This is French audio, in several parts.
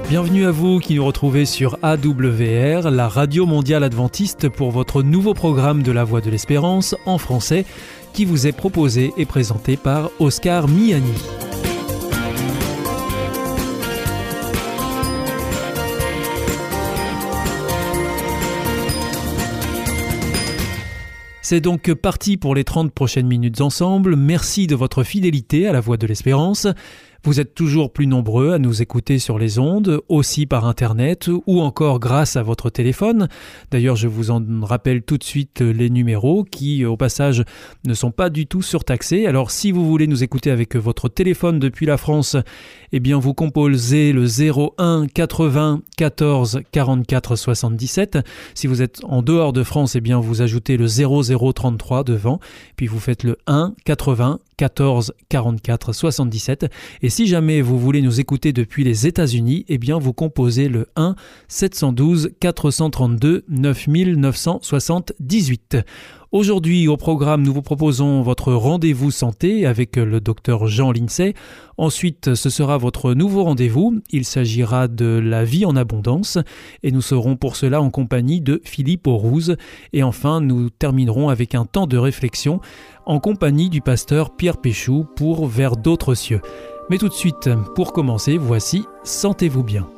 Bienvenue à vous qui nous retrouvez sur AWR, la radio mondiale adventiste, pour votre nouveau programme de la Voix de l'Espérance en français qui vous est proposé et présenté par Oscar Miani. C'est donc parti pour les 30 prochaines minutes ensemble. Merci de votre fidélité à la Voix de l'Espérance. Vous êtes toujours plus nombreux à nous écouter sur les ondes, aussi par Internet ou encore grâce à votre téléphone. D'ailleurs, je vous en rappelle tout de suite les numéros qui, au passage, ne sont pas du tout surtaxés. Alors, si vous voulez nous écouter avec votre téléphone depuis la France, eh bien, vous composez le 01 80 14 44 77. Si vous êtes en dehors de France, eh bien, vous ajoutez le 0033 devant, puis vous faites le 1 80 14 44 77. Et si jamais vous voulez nous écouter depuis les États-Unis, eh bien vous composez le 1 712 432 9978. Aujourd'hui, au programme, nous vous proposons votre rendez-vous santé avec le docteur Jean Lindsay. Ensuite, ce sera votre nouveau rendez-vous. Il s'agira de la vie en abondance et nous serons pour cela en compagnie de Philippe Aurouze. Et enfin, nous terminerons avec un temps de réflexion en compagnie du pasteur Pierre Péchou pour Vers d'autres cieux. Mais tout de suite, pour commencer, voici Sentez-vous bien.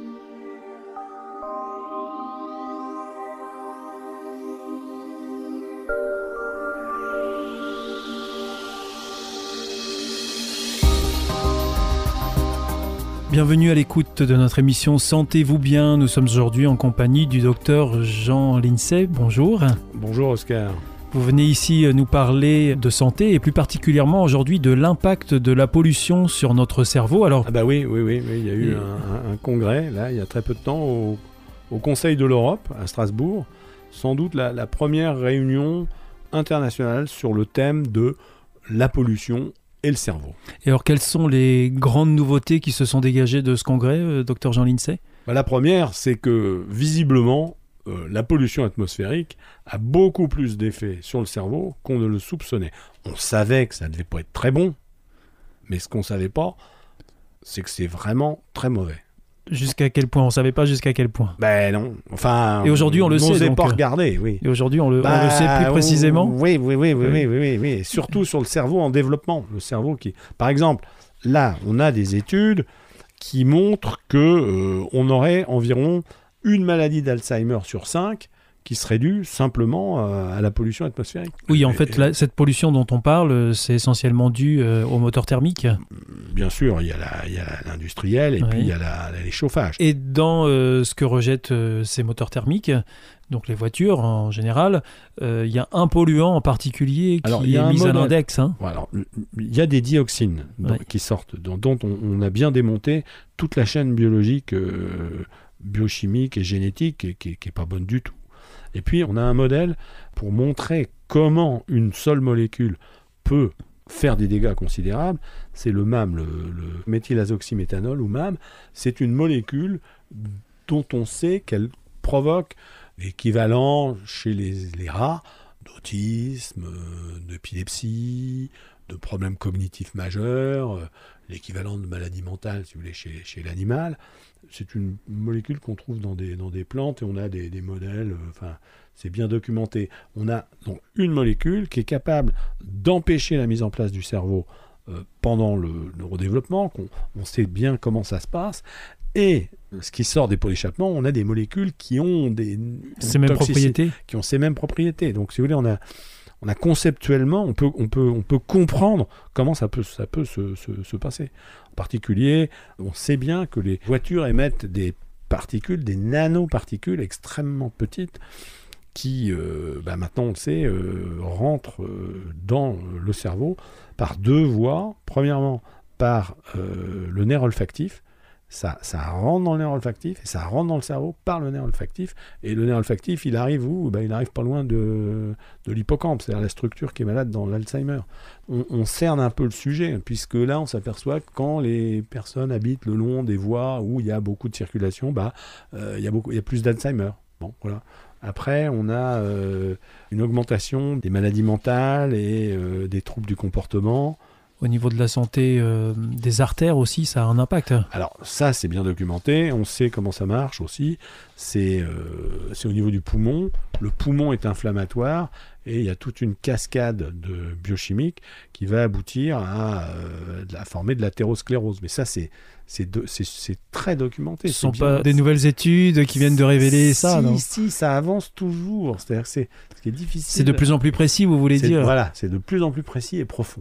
Bienvenue à l'écoute de notre émission Sentez-vous bien. Nous sommes aujourd'hui en compagnie du docteur Jean Lindsay. Bonjour. Bonjour Oscar. Vous venez ici nous parler de santé et plus particulièrement aujourd'hui de l'impact de la pollution sur notre cerveau. Alors, oui, il y a eu un congrès, là, il y a très peu de temps, au Conseil de l'Europe, à Strasbourg, sans doute la première réunion internationale sur le thème de la pollution et le cerveau. Et alors, quelles sont les grandes nouveautés qui se sont dégagées de ce congrès, docteur Jean Lindsay ? La première, c'est que visiblement, la pollution atmosphérique a beaucoup plus d'effets sur le cerveau qu'on ne le soupçonnait. On savait que ça ne devait pas être très bon, mais ce qu'on ne savait pas, c'est que c'est vraiment très mauvais. Jusqu'à quel point ? On ne savait pas jusqu'à quel point. Non, enfin... Et aujourd'hui, on le sait. On n'osait pas regarder, oui. Et aujourd'hui, on le sait plus précisément. Oui. Et surtout sur le cerveau en développement. Le cerveau qui... Par exemple, là, on a des études qui montrent qu'on aurait environ une maladie d'Alzheimer sur 5 qui serait due simplement à la pollution atmosphérique. Oui, en fait, cette pollution dont on parle, c'est essentiellement dû au moteur thermique. Bien sûr, il y a l'industriel et puis il y a les chauffages. Et dans ce que rejettent ces moteurs thermiques, donc les voitures en général, il y a un polluant en particulier qui est mis à l'index. Alors, il y a des dioxines qui sortent, dont on a bien démonté toute la chaîne biologique, biochimique et génétique qui n'est pas bonne du tout. Et puis, on a un modèle pour montrer comment une seule molécule peut faire des dégâts considérables. C'est le MAM, le méthylazoxyméthanol ou MAM. C'est une molécule dont on sait qu'elle provoque l'équivalent chez les rats d'autisme, d'épilepsie, de problèmes cognitifs majeurs, l'équivalent de maladie mentale, si vous voulez, chez l'animal. C'est une molécule qu'on trouve dans des plantes et on a des modèles, c'est bien documenté. On a donc une molécule qui est capable d'empêcher la mise en place du cerveau pendant le neurodéveloppement, on sait bien comment ça se passe. Et ce qui sort des pots d'échappement, on a des molécules qui ont ces mêmes propriétés. Qui ont ces mêmes propriétés. Donc, si vous voulez, on a conceptuellement, on peut comprendre comment ça peut se passer. En particulier, on sait bien que les voitures émettent des particules, des nanoparticules extrêmement petites qui, maintenant on le sait, rentrent dans le cerveau par deux voies. Premièrement, par le nerf olfactif. Ça rentre dans le nerf olfactif et ça rentre dans le cerveau par le nerf olfactif. Et le nerf olfactif, il arrive où ? Il arrive pas loin de l'hippocampe, c'est-à-dire la structure qui est malade dans l'Alzheimer. On cerne un peu le sujet, puisque là, on s'aperçoit que quand les personnes habitent le long des voies où il y a beaucoup de circulation, il y a plus d'Alzheimer. Bon, voilà. Après, on a une augmentation des maladies mentales et des troubles du comportement. Au niveau de la santé des artères aussi, ça a un impact. Alors ça, c'est bien documenté. On sait comment ça marche aussi. C'est au niveau du poumon. Le poumon est inflammatoire et il y a toute une cascade de biochimiques qui va aboutir à former de l'athérosclérose. Mais ça, c'est très documenté. Ce ne sont pas des nouvelles études qui viennent de révéler ça, non ? Si, ça avance toujours. C'est-à-dire que ce qui est difficile. C'est de plus en plus précis, vous voulez dire ? Voilà, c'est de plus en plus précis et profond.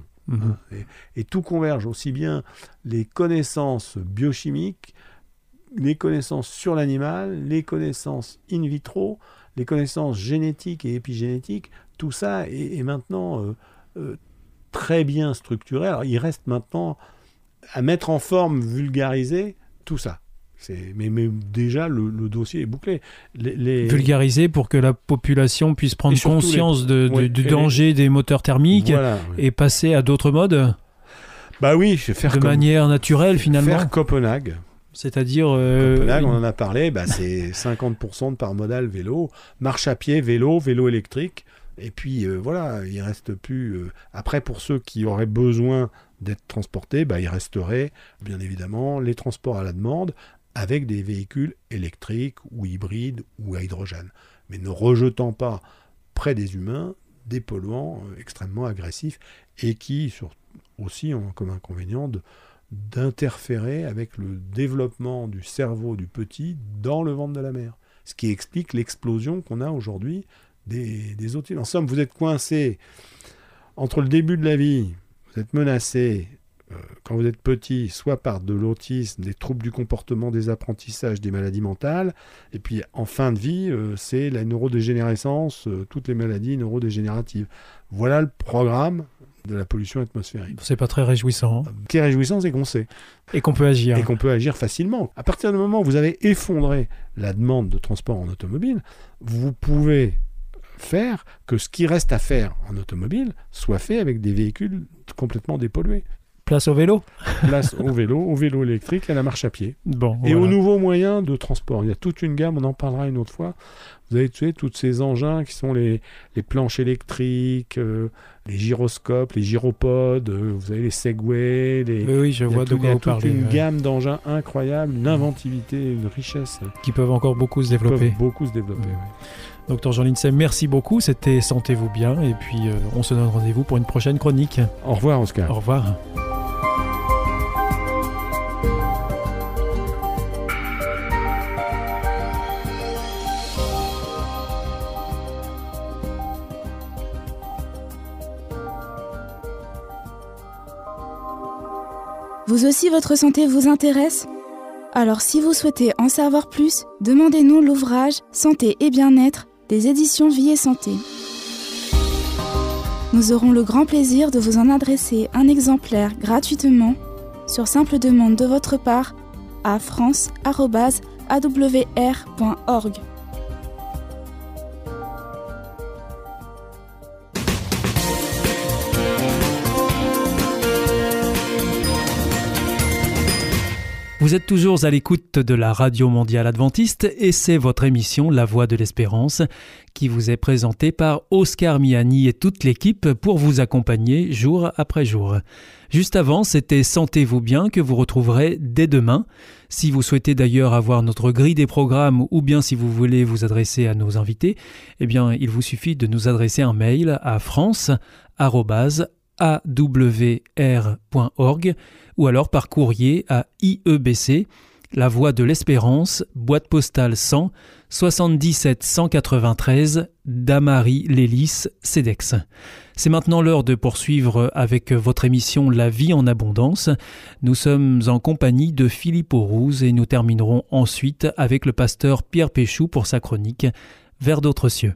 Et tout converge, aussi bien les connaissances biochimiques, les connaissances sur l'animal, les connaissances in vitro, les connaissances génétiques et épigénétiques, tout ça est maintenant très bien structuré. Alors il reste maintenant à mettre en forme, vulgariser tout ça. Mais déjà, le dossier est bouclé. Vulgariser pour que la population puisse prendre conscience du danger des moteurs thermiques et passer à d'autres modes. Bah oui, faire manière naturelle finalement. Faire Copenhague. C'est-à-dire... Copenhague, on en a parlé, c'est 50% de part modale vélo, marche à pied, vélo électrique. Et puis voilà, il ne reste plus... Après, pour ceux qui auraient besoin d'être transportés, il resterait bien évidemment les transports à la demande, avec des véhicules électriques ou hybrides ou à hydrogène. Mais ne rejetant pas près des humains des polluants extrêmement agressifs et qui aussi ont comme inconvénient d'interférer avec le développement du cerveau du petit dans le ventre de la mère. Ce qui explique l'explosion qu'on a aujourd'hui des autiles. En somme, vous êtes coincé entre le début de la vie, vous êtes menacé quand vous êtes petit, soit par de l'autisme, des troubles du comportement, des apprentissages, des maladies mentales, et puis en fin de vie, c'est la neurodégénérescence, toutes les maladies neurodégénératives. Voilà le programme de la pollution atmosphérique. C'est pas très réjouissant. Ce qui est réjouissant, c'est qu'on sait. Et qu'on peut agir. Et qu'on peut agir facilement. À partir du moment où vous avez effondré la demande de transport en automobile, vous pouvez faire que ce qui reste à faire en automobile soit fait avec des véhicules complètement dépollués. Place au vélo. Place au vélo électrique et à la marche à pied. Bon, et aux nouveaux moyens de transport. Il y a toute une gamme, on en parlera une autre fois. Vous avez tué tous ces engins qui sont les planches électriques, les gyroscopes, les gyropodes, vous avez les Segway. Oui, je vois de quoi vous parlez. Il y a toute une gamme d'engins incroyables, une inventivité, une richesse. Qui peuvent encore beaucoup se développer. Docteur Jean Lincey, merci beaucoup. C'était Sentez-vous bien. Et puis, on se donne rendez-vous pour une prochaine chronique. Au revoir, Oscar. Au revoir. Vous aussi, votre santé vous intéresse ? Alors si vous souhaitez en savoir plus, demandez-nous l'ouvrage « Santé et bien-être » des éditions Vie et Santé. Nous aurons le grand plaisir de vous en adresser un exemplaire gratuitement, sur simple demande de votre part, à france@awr.org. Vous êtes toujours à l'écoute de la Radio Mondiale Adventiste et c'est votre émission La Voix de l'Espérance qui vous est présentée par Oscar Miani et toute l'équipe pour vous accompagner jour après jour. Juste avant, c'était Sentez-vous bien que vous retrouverez dès demain. Si vous souhaitez d'ailleurs avoir notre grille des programmes ou bien si vous voulez vous adresser à nos invités, eh bien, il vous suffit de nous adresser un mail à france@awr.org ou alors par courrier à IEBC, La Voix de l'Espérance, boîte postale 100 77 193, Damary-Lélis, CEDEX. C'est maintenant l'heure de poursuivre avec votre émission La Vie en Abondance. Nous sommes en compagnie de Philippe Aurouz et nous terminerons ensuite avec le pasteur Pierre Péchou pour sa chronique Vers d'autres cieux.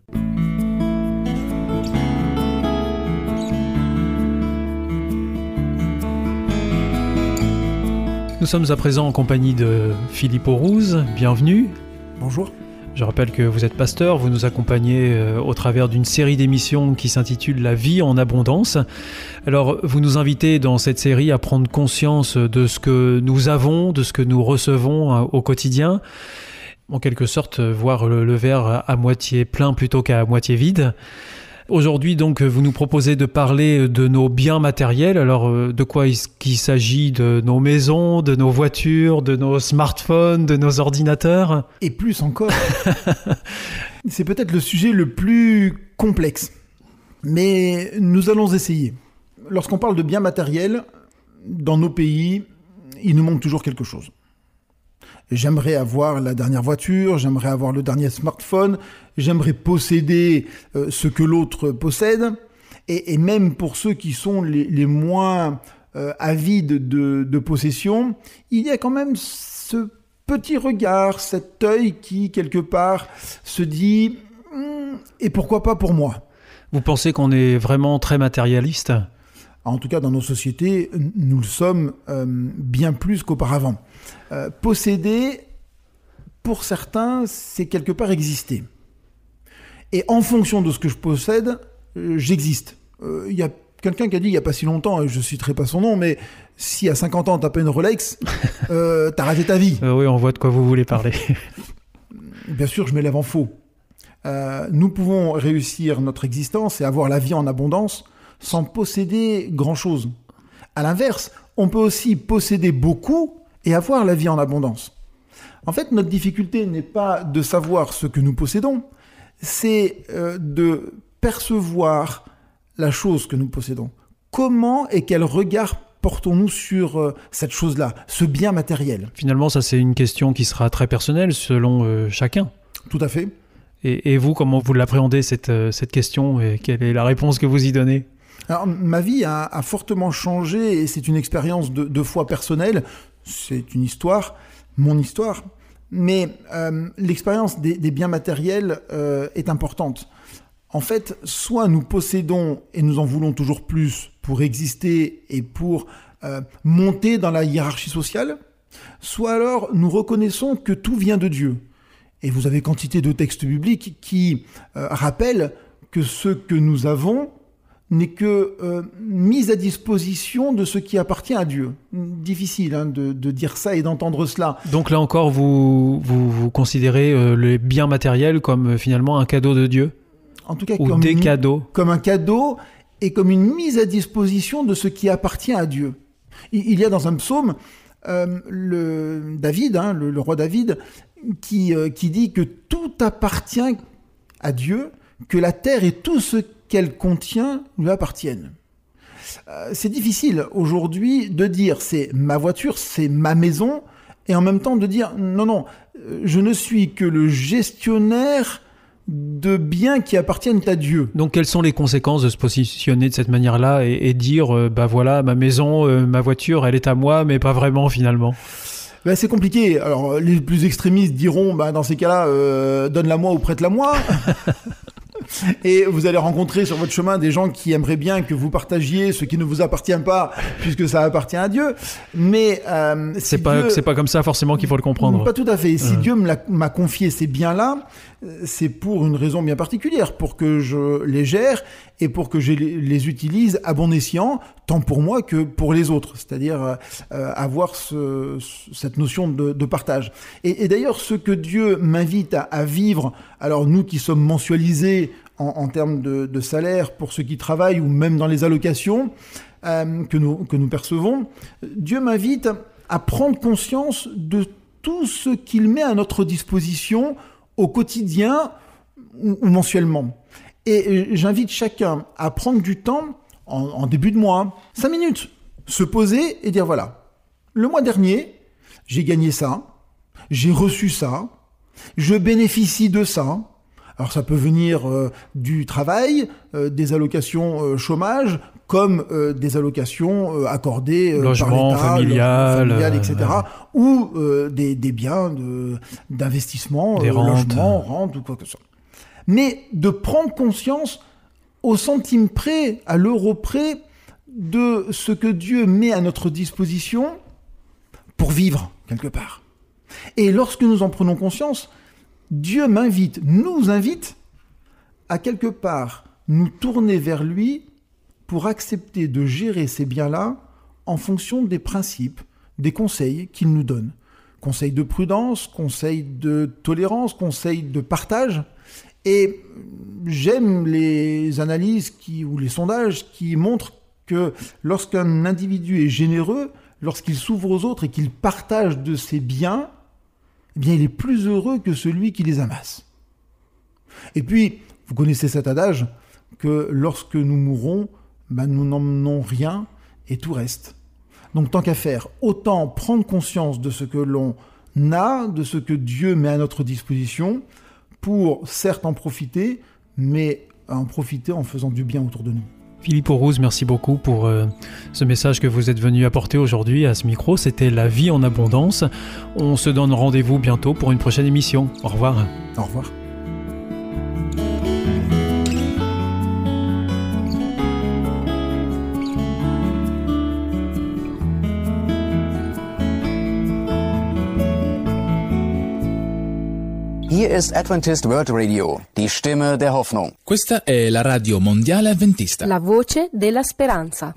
Nous sommes à présent en compagnie de Philippe Aurouz. Bienvenue. Bonjour. Je rappelle que vous êtes pasteur, vous nous accompagnez au travers d'une série d'émissions qui s'intitule La Vie en Abondance. Alors, vous nous invitez dans cette série à prendre conscience de ce que nous avons, de ce que nous recevons au quotidien. En quelque sorte, voir le verre à moitié plein plutôt qu'à moitié vide. Aujourd'hui, donc, vous nous proposez de parler de nos biens matériels. Alors, de quoi est-ce qu'il s'agit? De nos maisons, de nos voitures, de nos smartphones, de nos ordinateurs? Et plus encore. C'est peut-être le sujet le plus complexe. Mais nous allons essayer. Lorsqu'on parle de biens matériels, dans nos pays, il nous manque toujours quelque chose. J'aimerais avoir la dernière voiture, j'aimerais avoir le dernier smartphone, j'aimerais posséder ce que l'autre possède. Et même pour ceux qui sont les moins avides de possession, il y a quand même ce petit regard, cet œil qui, quelque part, se dit « et pourquoi pas pour moi ?» Vous pensez qu'on est vraiment très matérialiste ? En tout cas, dans nos sociétés, nous le sommes bien plus qu'auparavant. Posséder, pour certains, c'est quelque part exister. Et en fonction de ce que je possède, j'existe. Il y a quelqu'un qui a dit, il n'y a pas si longtemps, et je ne citerai pas son nom, mais si à 50 ans, tu n'as pas une Rolex, t'as raté ta vie. Oui, on voit de quoi vous voulez parler. Bien sûr, je m'élève en faux. Nous pouvons réussir notre existence et avoir la vie en abondance sans posséder grand-chose. À l'inverse, on peut aussi posséder beaucoup et avoir la vie en abondance. En fait, notre difficulté n'est pas de savoir ce que nous possédons, c'est de percevoir la chose que nous possédons. Comment et quel regard portons-nous sur cette chose-là, ce bien matériel? Finalement, ça c'est une question qui sera très personnelle selon chacun. Tout à fait. Et vous, comment vous l'appréhendez cette question et quelle est la réponse que vous y donnez? Alors, ma vie a fortement changé et c'est une expérience de foi personnelle. C'est une histoire, mon histoire. Mais l'expérience des biens matériels est importante. En fait, soit nous possédons et nous en voulons toujours plus pour exister et pour monter dans la hiérarchie sociale, soit alors nous reconnaissons que tout vient de Dieu. Et vous avez quantité de textes bibliques qui rappellent que ce que nous avons n'est que mise à disposition de ce qui appartient à Dieu. Difficile de dire ça et d'entendre cela. Donc là encore, vous considérez les biens matériels comme finalement un cadeau de Dieu? En tout cas, ou des cadeaux? Comme un cadeau et comme une mise à disposition de ce qui appartient à Dieu. Il y a dans un psaume, David, le roi David, qui dit que tout appartient à Dieu, que la terre et tout ce qu'elle contient lui appartiennent. C'est difficile aujourd'hui de dire c'est ma voiture, c'est ma maison, et en même temps de dire non, je ne suis que le gestionnaire de biens qui appartiennent à Dieu. Donc quelles sont les conséquences de se positionner de cette manière-là et dire bah voilà, ma maison, ma voiture, elle est à moi, mais pas vraiment finalement? C'est compliqué. Alors les plus extrémistes diront dans ces cas-là, donne-la moi ou prête-la moi. Et vous allez rencontrer sur votre chemin des gens qui aimeraient bien que vous partagiez ce qui ne vous appartient pas, puisque ça appartient à Dieu. Mais c'est pas comme ça forcément qu'il faut le comprendre. Pas tout à fait. Si Dieu m'a confié ces biens-là, c'est pour une raison bien particulière, pour que je les gère et pour que je les utilise à bon escient, tant pour moi que pour les autres. C'est-à-dire avoir cette notion de partage. Et d'ailleurs, ce que Dieu m'invite à vivre, alors nous qui sommes mensualisés en termes de salaire pour ceux qui travaillent ou même dans les allocations que nous percevons, Dieu m'invite à prendre conscience de tout ce qu'il met à notre disposition au quotidien ou mensuellement. Et j'invite chacun à prendre du temps, en début de mois, 5 minutes, se poser et dire voilà, le mois dernier, j'ai gagné ça, j'ai reçu ça, je bénéficie de ça. Alors ça peut venir du travail, des allocations chômage, comme des allocations accordées logement, par l'État, familial, etc. Ou des biens d'investissement, des logement, rente ou quoi que ce soit. Mais de prendre conscience au centime près, à l'euro près, de ce que Dieu met à notre disposition pour vivre quelque part. Et lorsque nous en prenons conscience, Dieu nous invite à quelque part nous tourner vers lui pour accepter de gérer ces biens-là en fonction des principes, des conseils qu'il nous donne. Conseils de prudence, conseils de tolérance, conseils de partage. Et j'aime les analyses ou les sondages qui montrent que lorsqu'un individu est généreux, lorsqu'il s'ouvre aux autres et qu'il partage de ses biens, eh bien, il est plus heureux que celui qui les amasse. Et puis, vous connaissez cet adage que lorsque nous mourrons, nous n'emmenons rien et tout reste. Donc, tant qu'à faire, autant prendre conscience de ce que l'on a, de ce que Dieu met à notre disposition, pour certes en profiter, mais en profiter en faisant du bien autour de nous. Philippe Aurouz, merci beaucoup pour ce message que vous êtes venu apporter aujourd'hui à ce micro. C'était La vie en abondance. On se donne rendez-vous bientôt pour une prochaine émission. Au revoir. Au revoir. Hier ist Adventist World Radio, die Stimme der Hoffnung. Questa è la radio mondiale avventista. La voce della speranza.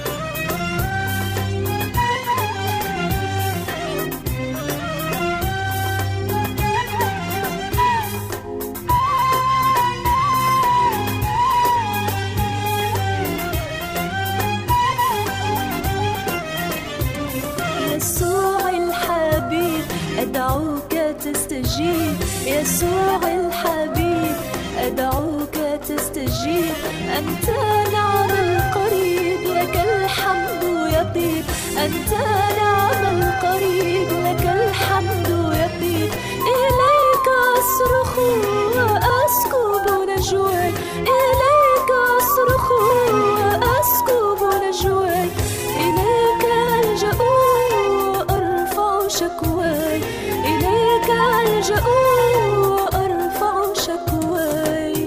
يسوع الحبيب أدعوك تستجيب يسوع الحبيب أدعوك تستجيب أنت نعم القريب لك الحمد يطيب أنت نعم القريب لك الحمد يطيب إليك أصرخ وأسكب نجواي إليك أصرخ وأسكب نجواي إليك ألجأ وأرفع شكواي إليك ألجأ وأرفع شكواي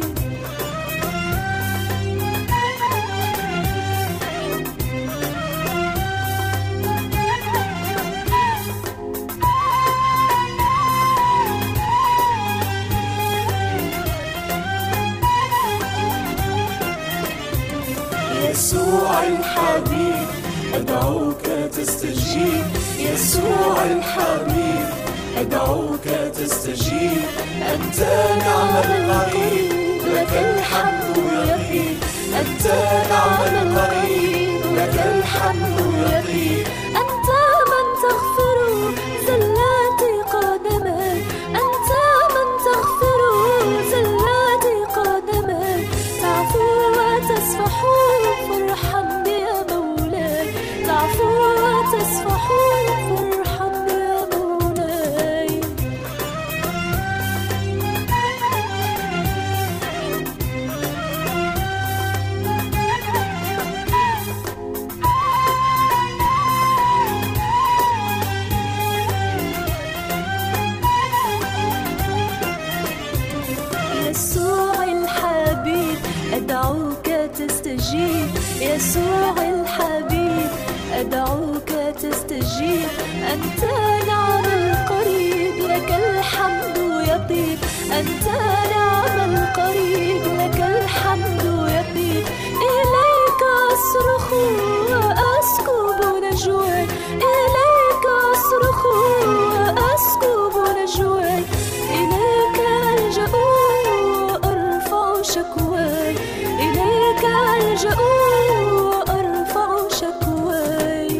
يسوع الحبيب أدعوك تستجيب يسوع الحبيب أدعوك تستجيب أنت نعم القريب لك الحمد يطيب أنت نعم القريب لك الحمد يطيب أنت من تغفر زلات قدمي أنت من تغفر زلات قدمي تعفو وتصفح فارحم يا مولاي تعفو وتصفح فارحم يا مولاي يسوع الحبيب أدعوك تستجيب يسوع الحبيب أدعوك تستجيب أنت نعم القريب لك الحمد يطيب أنت نعم القريب لك الحمد يطيب إليك أصرخ وأسكب نجواي إليك أصرخ وأسكب نجواي إليك ألجأ وأرفع شكواي إليك ألجأ وأرفع شكواي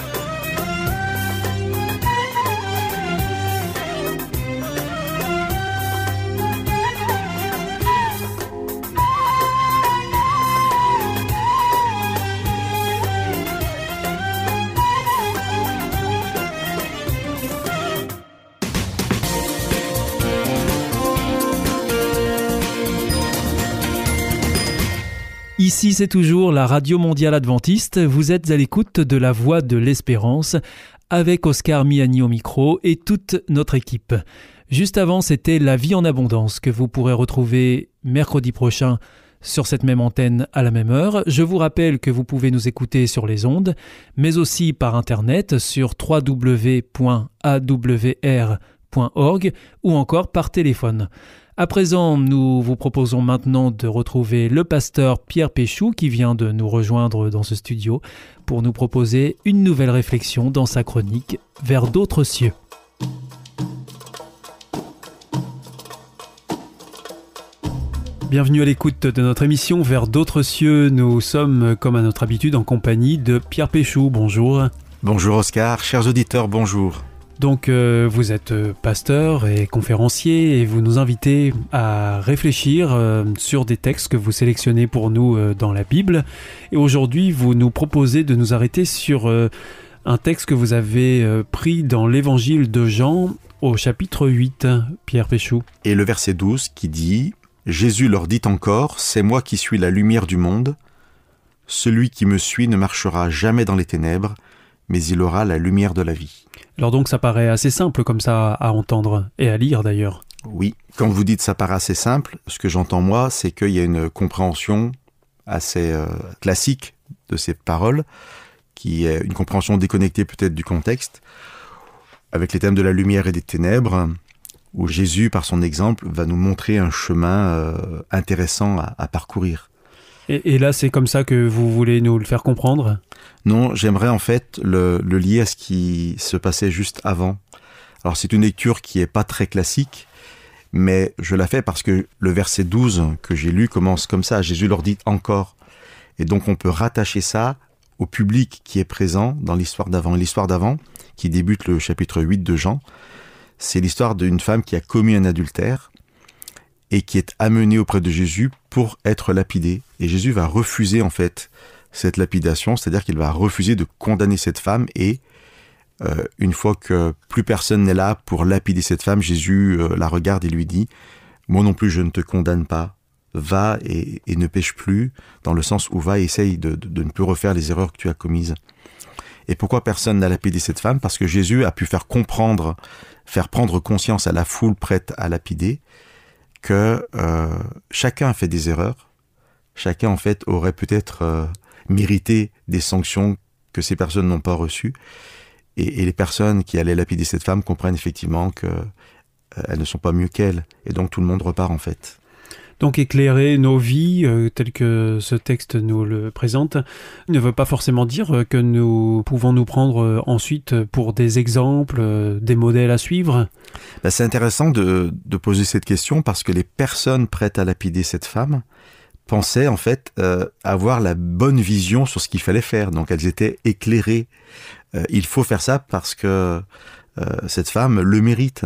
Ici, c'est toujours la Radio Mondiale Adventiste. Vous êtes à l'écoute de la Voix de l'Espérance avec Oscar Miani au micro et toute notre équipe. Juste avant, c'était La vie en abondance que vous pourrez retrouver mercredi prochain sur cette même antenne à la même heure. Je vous rappelle que vous pouvez nous écouter sur les ondes, mais aussi par Internet sur www.awr.org ou encore par téléphone. À présent, nous vous proposons maintenant de retrouver le pasteur Pierre Péchou qui vient de nous rejoindre dans ce studio pour nous proposer une nouvelle réflexion dans sa chronique « Vers d'autres cieux ». Bienvenue à l'écoute de notre émission Vers d'autres cieux. Nous sommes, comme à notre habitude, en compagnie de Pierre Péchou. Bonjour. Bonjour Oscar, chers auditeurs, bonjour. Donc vous êtes pasteur et conférencier et vous nous invitez à réfléchir sur des textes que vous sélectionnez pour nous dans la Bible. Et aujourd'hui, vous nous proposez de nous arrêter sur un texte que vous avez pris dans l'évangile de Jean au chapitre 8, Pierre Péchou. Et le verset 12 qui dit « Jésus leur dit encore, c'est moi qui suis la lumière du monde. Celui qui me suit ne marchera jamais dans les ténèbres, mais il aura la lumière de la vie. » Alors donc ça paraît assez simple comme ça à entendre et à lire d'ailleurs. Oui, quand vous dites ça paraît assez simple, ce que j'entends moi, c'est qu'il y a une compréhension assez classique de ces paroles, qui est une compréhension déconnectée peut-être du contexte, avec les thèmes de la lumière et des ténèbres, où Jésus, par son exemple, va nous montrer un chemin intéressant à parcourir. Et là, c'est comme ça que vous voulez nous le faire comprendre ? Non, j'aimerais en fait le lier à ce qui se passait juste avant. Alors c'est une lecture qui n'est pas très classique, mais je la fais parce que le verset 12 que j'ai lu commence comme ça, Jésus leur dit encore. Et donc on peut rattacher ça au public qui est présent dans l'histoire d'avant. Et l'histoire d'avant, qui débute le chapitre 8 de Jean, c'est l'histoire d'une femme qui a commis un adultère et qui est amenée auprès de Jésus pour être lapidée. Et Jésus va refuser en fait cette lapidation, c'est-à-dire qu'il va refuser de condamner cette femme et une fois que plus personne n'est là pour lapider cette femme, Jésus la regarde et lui dit « Moi non plus je ne te condamne pas, va et ne pêche plus, dans le sens où va et essaye de ne plus refaire les erreurs que tu as commises. » Et pourquoi personne n'a lapidé cette femme ? Parce que Jésus a pu faire prendre conscience à la foule prête à lapider que chacun a fait des erreurs, chacun en fait aurait peut-être mérité des sanctions que ces personnes n'ont pas reçues, et les personnes qui allaient lapider cette femme comprennent effectivement qu'elles ne sont pas mieux qu'elle, et donc tout le monde repart en fait. Donc éclairer nos vies, tel que ce texte nous le présente, ne veut pas forcément dire que nous pouvons nous prendre ensuite pour des exemples, des modèles à suivre. C'est intéressant de poser cette question parce que les personnes prêtes à lapider cette femme pensaient en fait avoir la bonne vision sur ce qu'il fallait faire. Donc elles étaient éclairées. Il faut faire ça parce que cette femme le mérite.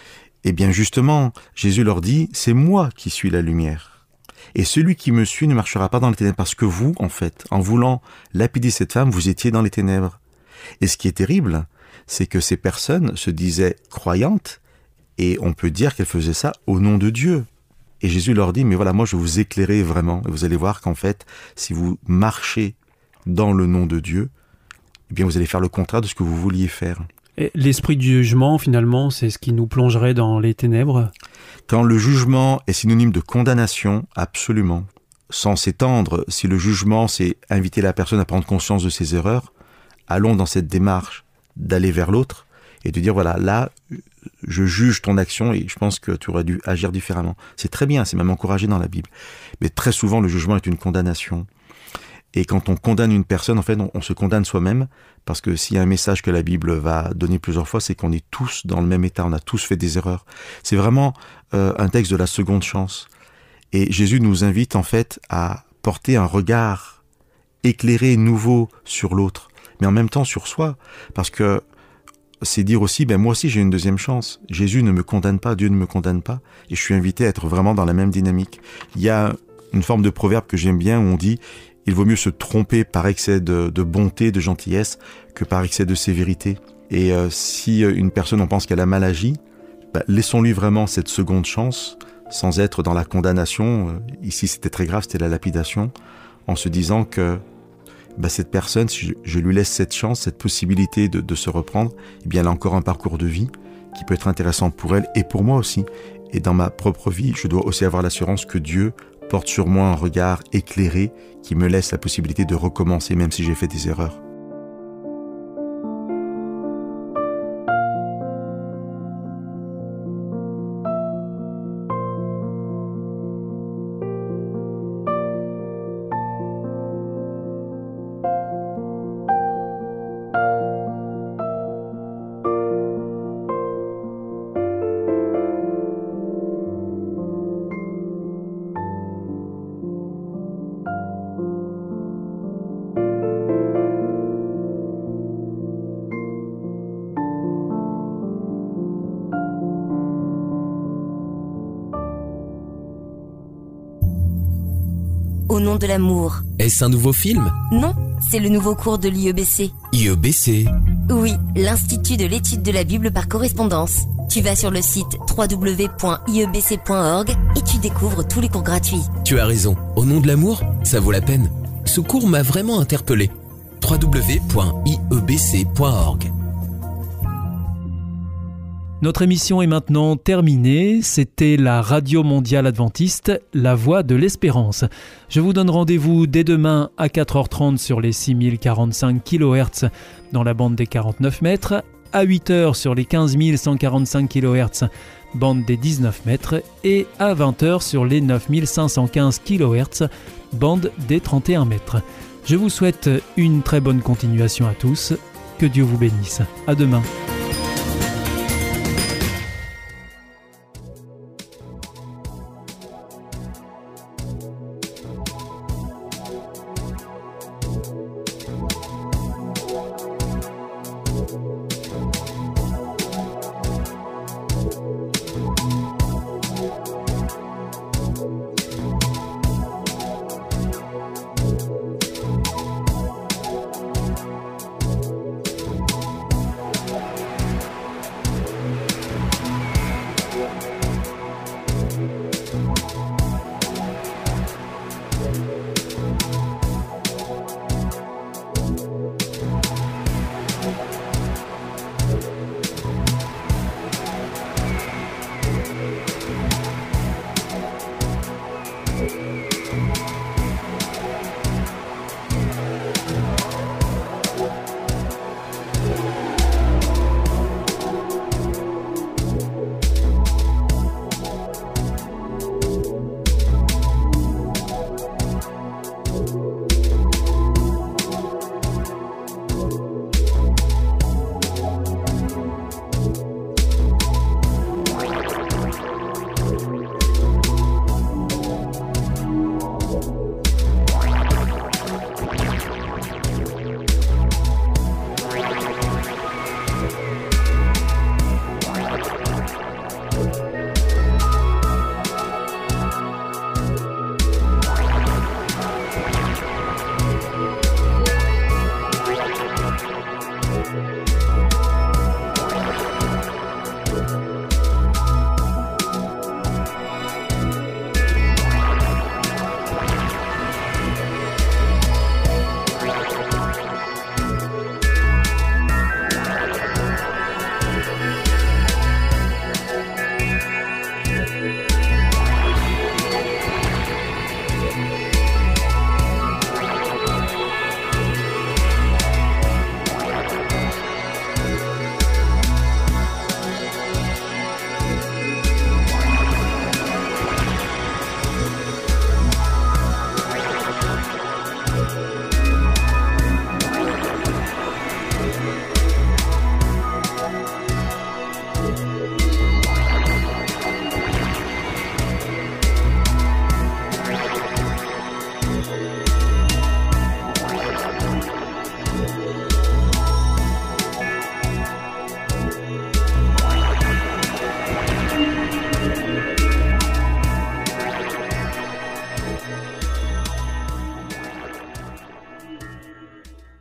Et bien justement, Jésus leur dit, c'est moi qui suis la lumière. Et celui qui me suit ne marchera pas dans les ténèbres. Parce que vous, en fait, en voulant lapider cette femme, vous étiez dans les ténèbres. Et ce qui est terrible, c'est que ces personnes se disaient croyantes, et on peut dire qu'elles faisaient ça au nom de Dieu. Et Jésus leur dit, mais voilà, moi je vais vous éclairer vraiment. Et vous allez voir qu'en fait, si vous marchez dans le nom de Dieu, eh bien vous allez faire le contraire de ce que vous vouliez faire. Et l'esprit du jugement, finalement, c'est ce qui nous plongerait dans les ténèbres ? Quand le jugement est synonyme de condamnation, absolument. Sans s'étendre, si le jugement, c'est inviter la personne à prendre conscience de ses erreurs, allons dans cette démarche d'aller vers l'autre et de dire, voilà, là, je juge ton action et je pense que tu aurais dû agir différemment. C'est très bien, c'est même encouragé dans la Bible. Mais très souvent, le jugement est une condamnation. Et quand on condamne une personne, en fait, on se condamne soi-même, parce que s'il y a un message que la Bible va donner plusieurs fois, c'est qu'on est tous dans le même état, on a tous fait des erreurs. C'est vraiment un texte de la seconde chance. Et Jésus nous invite en fait à porter un regard éclairé, nouveau sur l'autre, mais en même temps sur soi, parce que c'est dire aussi, moi aussi j'ai une deuxième chance. Jésus ne me condamne pas, Dieu ne me condamne pas, et je suis invité à être vraiment dans la même dynamique. Il y a une forme de proverbe que j'aime bien où on dit il vaut mieux se tromper par excès de bonté, de gentillesse, que par excès de sévérité. Et si une personne en pense qu'elle a mal agi, laissons-lui vraiment cette seconde chance, sans être dans la condamnation. Ici, c'était très grave, c'était la lapidation, en se disant que cette personne, si je lui laisse cette chance, cette possibilité de se reprendre, eh bien, elle a encore un parcours de vie qui peut être intéressant pour elle et pour moi aussi. Et dans ma propre vie, je dois aussi avoir l'assurance que Dieu porte sur moi un regard éclairé qui me laisse la possibilité de recommencer même si j'ai fait des erreurs. nom de l'amour. Est-ce un nouveau film? Non, c'est le nouveau cours de l'IEBC. IEBC? Oui, l'Institut de l'étude de la Bible par correspondance. Tu vas sur le site www.iebc.org et tu découvres tous les cours gratuits. Tu as raison, au nom de l'amour, ça vaut la peine. Ce cours m'a vraiment interpellé. www.iebc.org. Notre émission est maintenant terminée. C'était la Radio Mondiale Adventiste, la voix de l'espérance. Je vous donne rendez-vous dès demain à 4h30 sur les 6045 kHz dans la bande des 49 mètres, à 8h sur les 15145 kHz, bande des 19 mètres, et à 20h sur les 9515 kHz, bande des 31 mètres. Je vous souhaite une très bonne continuation à tous. Que Dieu vous bénisse. À demain.